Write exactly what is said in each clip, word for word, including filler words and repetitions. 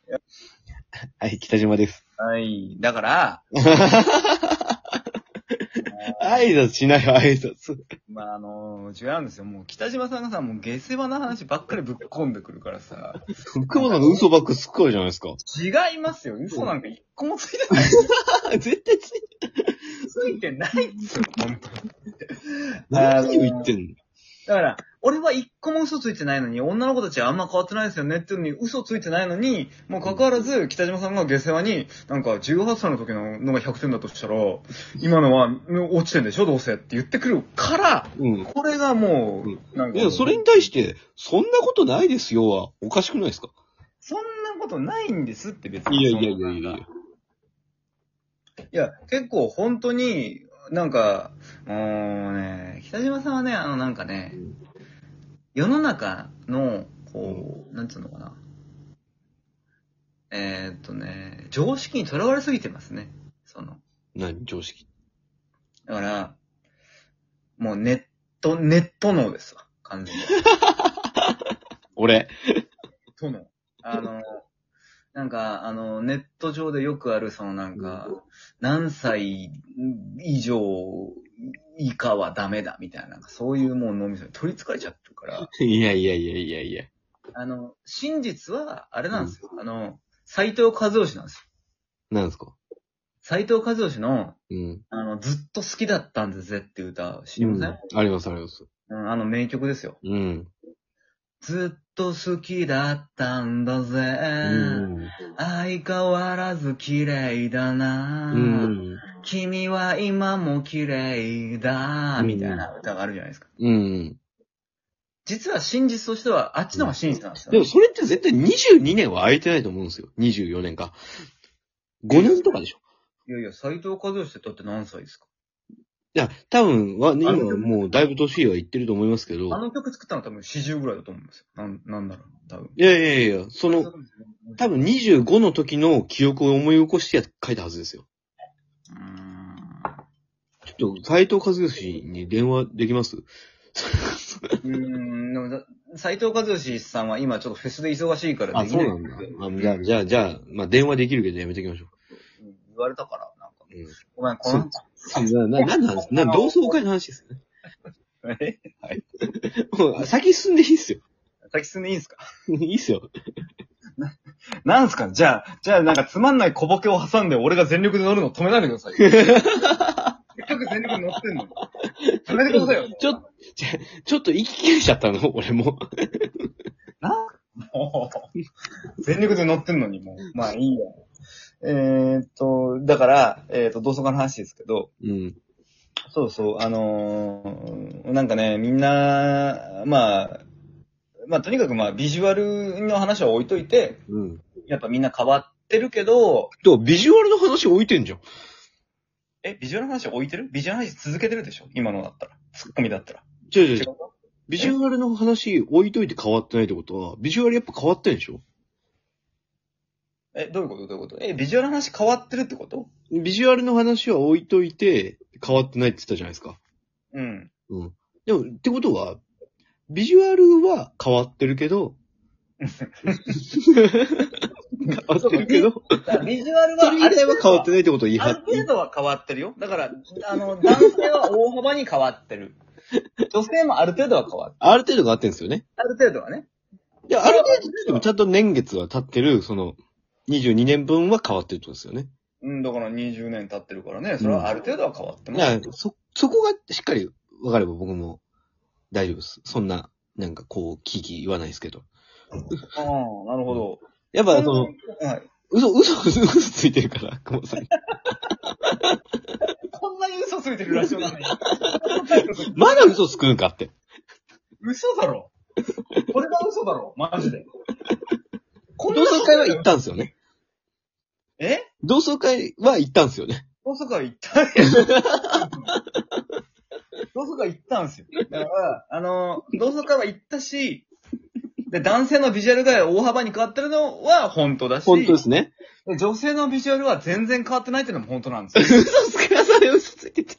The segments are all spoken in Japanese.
はい、北島です。 はい。だから、 挨拶しないよ、挨拶。 まあ、あのー、違うんですよ。もう、北島さんがさ、もう下世話な話ばっかりぶっ込んでくるからさ。 久保さんが嘘ばっかすっかりじゃないですか。 違いますよ。嘘なんか一個もついてない。 絶対ついてついてないっすよ、本当に。 何を言ってんの？ だから、俺は一個も嘘ついてないのに、女の子たちはあんま変わってないですよねっていうのに嘘ついてないのに、もう関わらず、北島さんが下世話に、なんかじゅうはっさいの時ののがひゃくてんだとしたら、今のは落ちてんでしょどうせって言ってくるから、うん、これがもう、うん、 なんか。いや、それに対して、そんなことないですよは、おかしくないですか？ そんなことないんですって別に。 いやいやいやいやいや。 いや、結構本当に、なんか、もうね、北島さんはね、あのなんかね、うん、世の中の、こう、うん、なんつうのかな。えー、っとね、常識にとらわれすぎてますね。その。 何常識？ だから、もうネット、ネット脳ですわ。完全に。 俺。 との。あの、なんか、あの、ネット上でよくある、そのなんか、うん、何歳以上以下はダメだ、みたいな、そういうもう脳みそに取り憑かれちゃってるから。 いやいやいやいやいや。 あの、真実は、あれなんですよ。うん、あの、斎藤和義なんですよ。 なんですか？ 斎藤和義の、 うん、 あの、ずっと好きだったんですぜっていう歌、知りません？ うん、ありますあります。 うん、あの名曲ですよ。 うん。 ずっと好きだったんだぜ。うん、相変わらず綺麗だな、うん、君は今も綺麗だ、みたいな歌があるじゃないですか。 うん。実は真実としては、あっちの方が真実なんですよ、 ね、うん。でもそれって絶対にじゅうにねんは空いてないと思うんですよ。にじゅうよねんか。ごねんとかでしょ。 いやいや、斎藤和義ってだって何歳ですか？ いや、多分は、ね、今はもうだいぶ年は言ってると思いますけど。 あの曲作ったのは多分よんじゅうぐらいだと思うんですよ。なん、なんだろう、多分。 いやいやいや、その、多分にじゅうごの時の記憶を思い起こして書いたはずですよ。うーん。ちょっと、斎藤和義に電話できます？うーん、斎藤和義さんは今ちょっとフェスで忙しいからできない。あ、そうなんだ。あ、じゃあ、じゃあ、じゃあ、まあ、電話できるけどやめときましょう。 言われたから、なんか。うん、ごめん、 この、な、な、なんなんですか？な、同窓会の話ですね。 えはい。 もう、先進んでいいっすよ。 先進んでいいんすか？ いいっすよ。 な、なんすか？じゃあ、じゃあなんかつまんない小ボケを挟んで俺が全力で乗るの止めないでください。せっかく全力で乗ってんのに。止めてくださいよ。 ちょ、ちょ、ちょっと息切れちゃったの俺も。 なもう、全力で乗ってんのにもう。まあいいよ。えー、っと、だから、えー、っと、同窓会の話ですけど、うん。そうそう、あのー、なんかね、みんな、まあ、まあとにかくまあビジュアルの話は置いといて、うん。やっぱみんな変わってるけど、 とビジュアルの話置いてんじゃん。 え、ビジュアルの話置いてる？ビジュアルの話続けてるでしょ？今のだったら。ツッコミだったら。 違う違う違う。ビジュアルの話置いといて変わってないってことは、ビジュアルやっぱ変わってんでしょ？ え、どういうことどういうことえ、ビジュアルの話変わってるってこと？ ビジュアルの話は置いといて、変わってないって言ったじゃないですか。うん。うん。でも、ってことは、ビジュアルは変わってるけど、変わってるけど、 ビジュアルは、 それ以外は変わってないってことを言い張って。 ある程度は変わってるよ。だから、あの、男性は大幅に変わってる。女性もある程度は変わってる。 ある程度変わってるんですよね。 ある程度はね。 いや、ある程度でもちゃんと年月は経ってる、その、にじゅうにねんぶんは変わってるってことですよね。 うん、だからにじゅうねん経ってるからね。それはある程度は変わってます。 いや、そ、そこがしっかり分かれば僕も大丈夫です。そんな、なんかこう、キーキー言わないですけど。 ああ、なるほど。 やっぱその、はい、嘘、嘘、嘘ついてるから、久保さん。 こんなに嘘ついてるラジオなのに。 まだ嘘つくんかって。 嘘だろ。これが嘘だろ、マジで。 同窓会は行ったんですよね。 え？ 同窓会は行ったんですよね。 同窓会行ったん同窓会行ったんですよ。だから、あの、同窓会は行ったし、で、男性のビジュアルが大幅に変わってるのは本当だし、 本当ですね。 で女性のビジュアルは全然変わってないっていうのも本当なんですよ。 嘘つかされ嘘ついてて。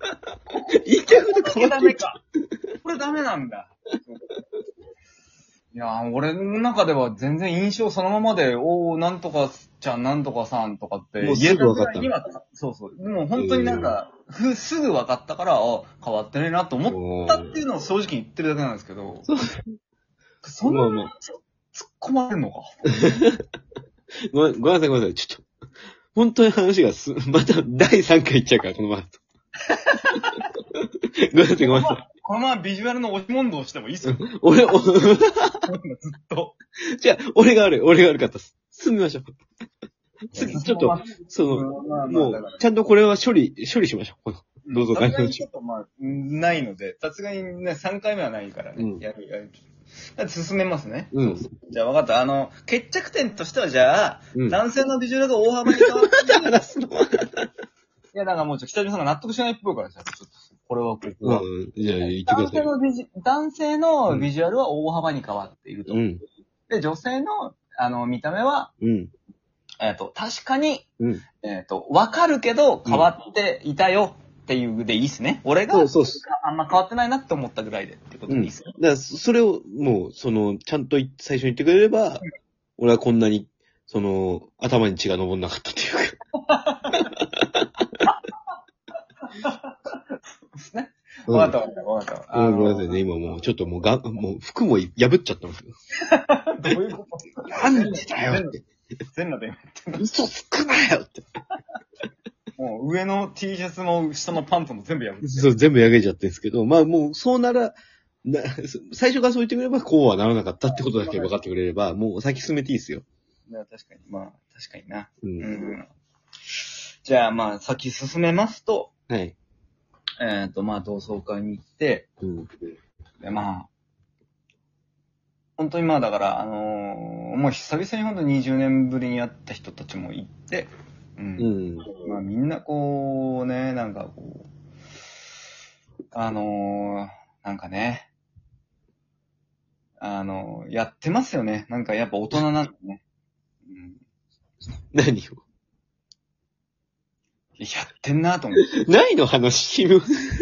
言いたいこと変わってダメか。これダメなんだ。 いやー、俺の中では全然印象そのままで、おー、なんとかちゃん、なんとかさんとかってもうすぐ分かった言えたぐらいにはそうそう。でも本当になんか、ふすぐ分かったから、あ、変わってねえなと思ったっていうのを正直言ってるだけなんですけど、そんな、まあまあ、突っ込まれるのか。 ごめん、ごめんなさい、ごめんなさい。ちょっと、本当に話がす、まただいさんかいいっちゃうから、このまま。ごめんなさい、ごめんなさい。 このままビジュアルの押し問答してもいいっすよ。 俺、おずっと。 じゃあ、俺が悪い、俺が悪かったっす。進みましょう。次、ちょっと、その、もう、ちゃんとこれは処理、処理しましょう。どうぞ、 さすがにちょっとまあ、ないので、さすがにね、さんかいめはないからね。うん、やる、やる。進めますね。 うん。 じゃあ分かった。あの、決着点としてはじゃあ、うん、男性のビジュアルが大幅に変わったんだすの。いや、なんかもうちょっと北島さんが納得しないっぽいからさ、ちょっと、これはここは。 うん。じゃあ、言ってください。 男性のビジ、男性のビジュアルは大幅に変わっていると。うん。で、女性の、あの、見た目は、うん。えっと、確かに、うん、えっと、わかるけど変わっていたよっていうでいいっすね。俺が、そうそうあんま変わってないなって思ったぐらいでってことでいいっすね。 うん、だからそれを、もう、その、ちゃんと最初に言ってくれれば、うん、俺はこんなに、その、頭に血が昇んなかったっていうか。 そうですね。わかったわかったわかった。 ごめんなさいね、今もう、ちょっともうが、もう服も破っちゃったんですよ。 どういうことなんでだよって。 全裸でやってる。嘘つくなよって。 もう上の T シャツも下のパンツも全部破って。 そう、全部破けちゃってるんですけど、まあもうそうなら、な最初からそう言ってくれればこうはならなかったってことだけ分かってくれれば、もう先進めていいですよ。 いや確かに、まあ、確かにな。うん。うん、じゃあまあ、先進めますと、はい。えっ、ー、と、まあ、同窓会に行って、うん。で、まあ、本当にまあだから、あのー、もう久々に本当ににじゅうねんぶりに会った人たちもいて、うん。うん、まあみんなこうね、なんかこう、あのー、なんかね、あのー、やってますよね。なんかやっぱ大人なんだね。うん、 何をやってんなと思って。 何の話聞く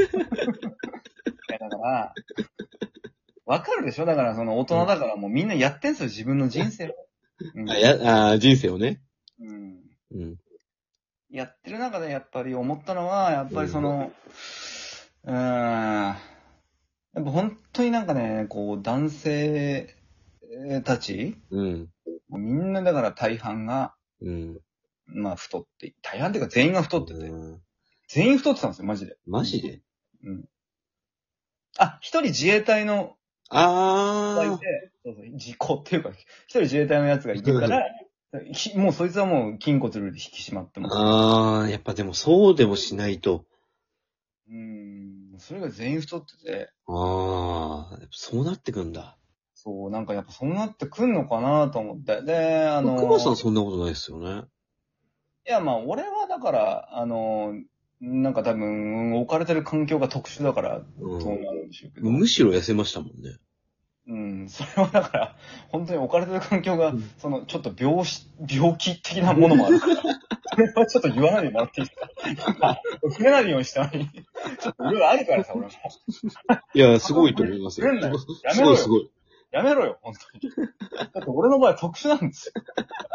だから、わかるでしょだからその大人だからもうみんなやってんすよ、自分の人生を。 うん、あ、や、あ、人生をね。うん。 うん。やってる中でやっぱり思ったのは、やっぱりその、うーん、やっぱ本当になんかね、こう男性たち、うん。みんなだから大半が、うん。まあ太って、大半っていうか全員が太ってて。うん、全員太ってたんですよ、マジで。 マジでうん。あ、一人自衛隊の、 ああ。 そうそう、自公っていうか、一人自衛隊のやつがいるから、もうそいつはもう筋骨類で引き締まってます。 ああ、やっぱでもそうでもしないと。 うーん、それが全員太ってて。 ああ、そうなってくんだ。 そう、なんかやっぱそうなってくんのかなと思って。で、あのー。 熊さんそんなことないですよね。 いや、まあ俺はだから、あのー、なんか多分、置かれてる環境が特殊だから、そうなるんでしょうけど、 うん。むしろ痩せましたもんね。 うん、それはだから、本当に置かれてる環境が、うん、その、ちょっと病死、病気的なものもあるから、それはちょっと言わないでもらっていいですか触れないようにしたのに、ちょっといろいろあるからさ、俺も。 いや、すごいと思いますよ。 やめろよ。すごいすごい。やめろよ、本当に。だって俺の場合特殊なんですよ。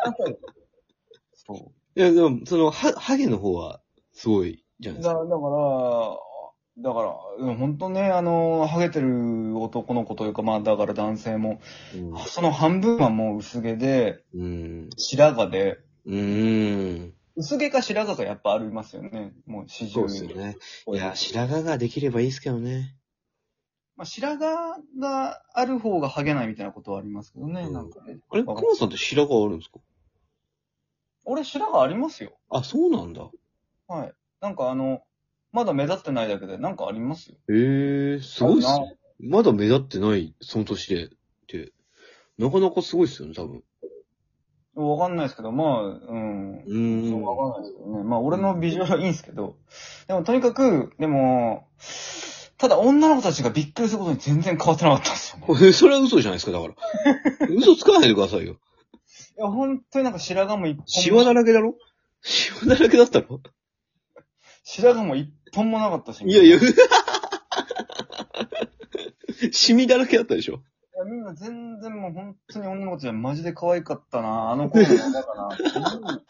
そう。いや、でも、その、は、ハゲの方は、すごい、じゃないですか。 だ、だから、だから、本当ね、あの、ハゲてる男の子というか、まあ、だから男性も、うん、その半分はもう薄毛で、うん、白髪で、うん、薄毛か白髪かやっぱありますよね。もう四十そうですよね。いや、白髪ができればいいですけどね。 まあ、白髪がある方がハゲないみたいなことはありますけどね、うん、なんかね。 あれ、コモさんって白髪あるんですか？ 俺白髪ありますよ。 あ、そうなんだ。 はい。なんかあの、まだ目立ってないだけで、なんかありますよ。 へえー、すごいっすね。まだ目立ってない、その年で、って。なかなかすごいっすよね、多分。 わかんないですけど、まあ、うん。うん。そうわかんないですけどね。まあ、俺のビジュアルはいいんですけど、でもとにかく、でも、ただ女の子たちがびっくりすることに全然変わってなかったんですよね。 それは嘘じゃないですか、だから。嘘つかないでくださいよ。 いや、本当になんか白髪も一本も。 シワだらけだろ？シワだらけだったろ？ 白髪も一本もなかったし。 いやいや、シミだらけだったでしょ？ や、みんな全然もう本当に女の子じゃマジで可愛かったな。あの頃のだかな。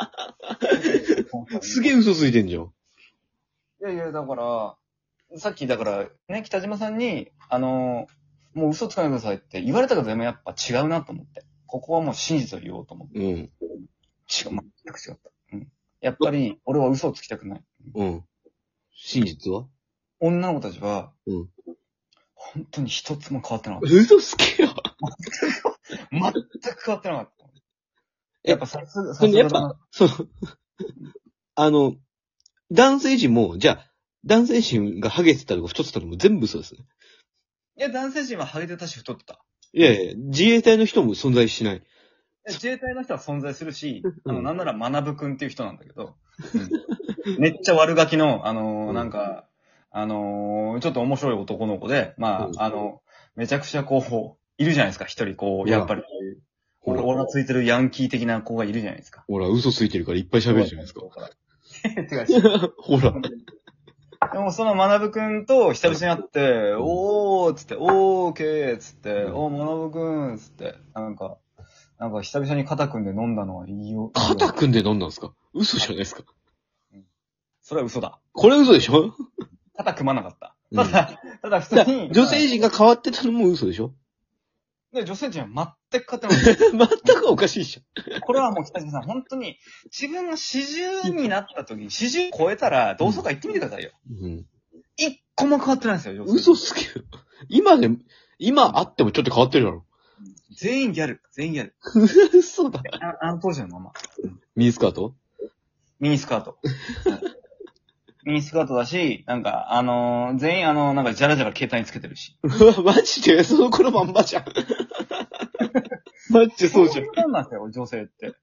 すげえ嘘ついてんじゃん。 いやいや、だから、さっきだから、ね、北島さんに、あの、もう嘘つかないでくださいって言われたけど、でもやっぱ違うなと思って。ここはもう真実を言おうと思って。うん。違う、全く違った。うん。やっぱり、俺は嘘をつきたくない。 うん。真実は？ 女の子たちは、 うん。 本当に一つも変わってなかった。 嘘つけよ。 全く変わってなかった。やっぱさすが、さすが。やっぱ、そう。あの、男性陣も、じゃあ、男性陣がハゲてたとか太ってたのも全部嘘ですね。 いや、男性陣はハゲてたし太ってた。 いやいや、自衛隊の人も存在しない。 自衛隊の人は存在するし、あの、なんなら学ぶくんっていう人なんだけど、うん、めっちゃ悪ガキの、あのー、なんか、あのー、ちょっと面白い男の子で、まあ、うん、あの、めちゃくちゃこう、いるじゃないですか、一人こう、やっぱり、ほら、オーラついてるヤンキー的な子がいるじゃないですか。 ほら、嘘ついてるからいっぱい喋るじゃないですか。 違う。ほら。でもその学くんと久々に会って、おーっつって、おーけーっつって、おー学くんっつって、なんか、なんか久々に肩組んで飲んだのはいいよ。 肩組んで飲んだんですか？嘘じゃないですか。 うん。それは嘘だ。 これ嘘でしょ？ 肩組まなかった。ただ、うん、ただ普通に。 女性陣が変わってたのも嘘でしょ？ で、女性陣は全く変わってない。 全くおかしいじゃん。これはもう北島さん、本当に、自分が四十になった時に、四十超えたら、同窓会行ってみてくださいよ。うん。一個も変わってないんですよ、 女性。嘘つけよ。今で、今会ってもちょっと変わってるだろ。 全員ギャル。全員ギャル。 嘘だ。 あ, あの当時のまま。 ミニスカート？ ミニスカート。ミニスカートだし、なんか、あのー、全員あのー、なんかジャラジャラ携帯につけてるし。 うわ、マジでその頃まんまじゃん。マジでそうじゃん。 そうなんですよ、女性って。